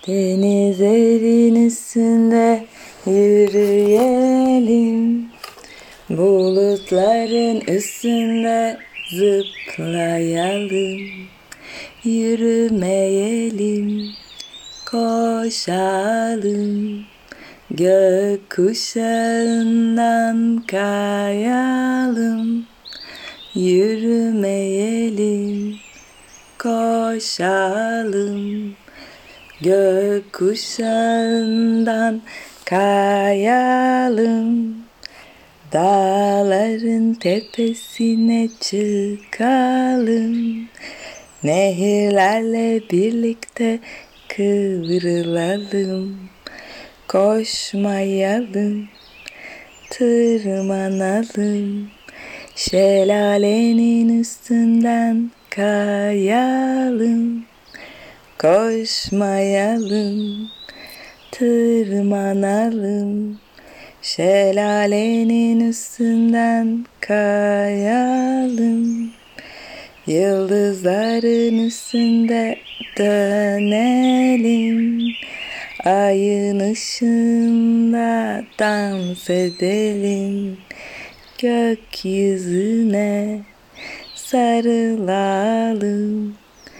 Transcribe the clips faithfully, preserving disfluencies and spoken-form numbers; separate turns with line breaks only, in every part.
Denizlerin üstünde yürüyelim, bulutların üstünde zıplayalım. Yürümeyelim, koşalım, gökkuşağından kayalım. Yürümeyelim, koşalım, gökkuşağından kayalım. Dağların tepesine çıkalım. Nehirlerle birlikte kıvrılalım. Koşmayalım, tırmanalım. Şelalenin üstünden kayalım. Koşmayalım, tırmanalım. Şelalenin üstünden kayalım. Yıldızların üstünde dönelim. Ayın ışığında dans edelim. Gökyüzüne sarılalım.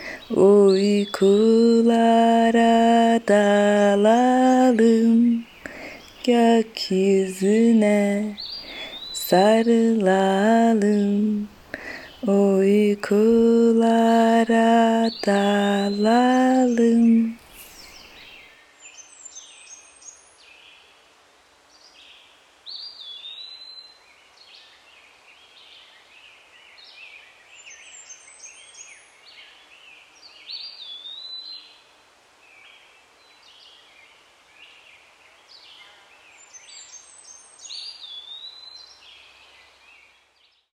Uykulara dalalım. Gökyüzüne sarılalım. Uykulara dalalım.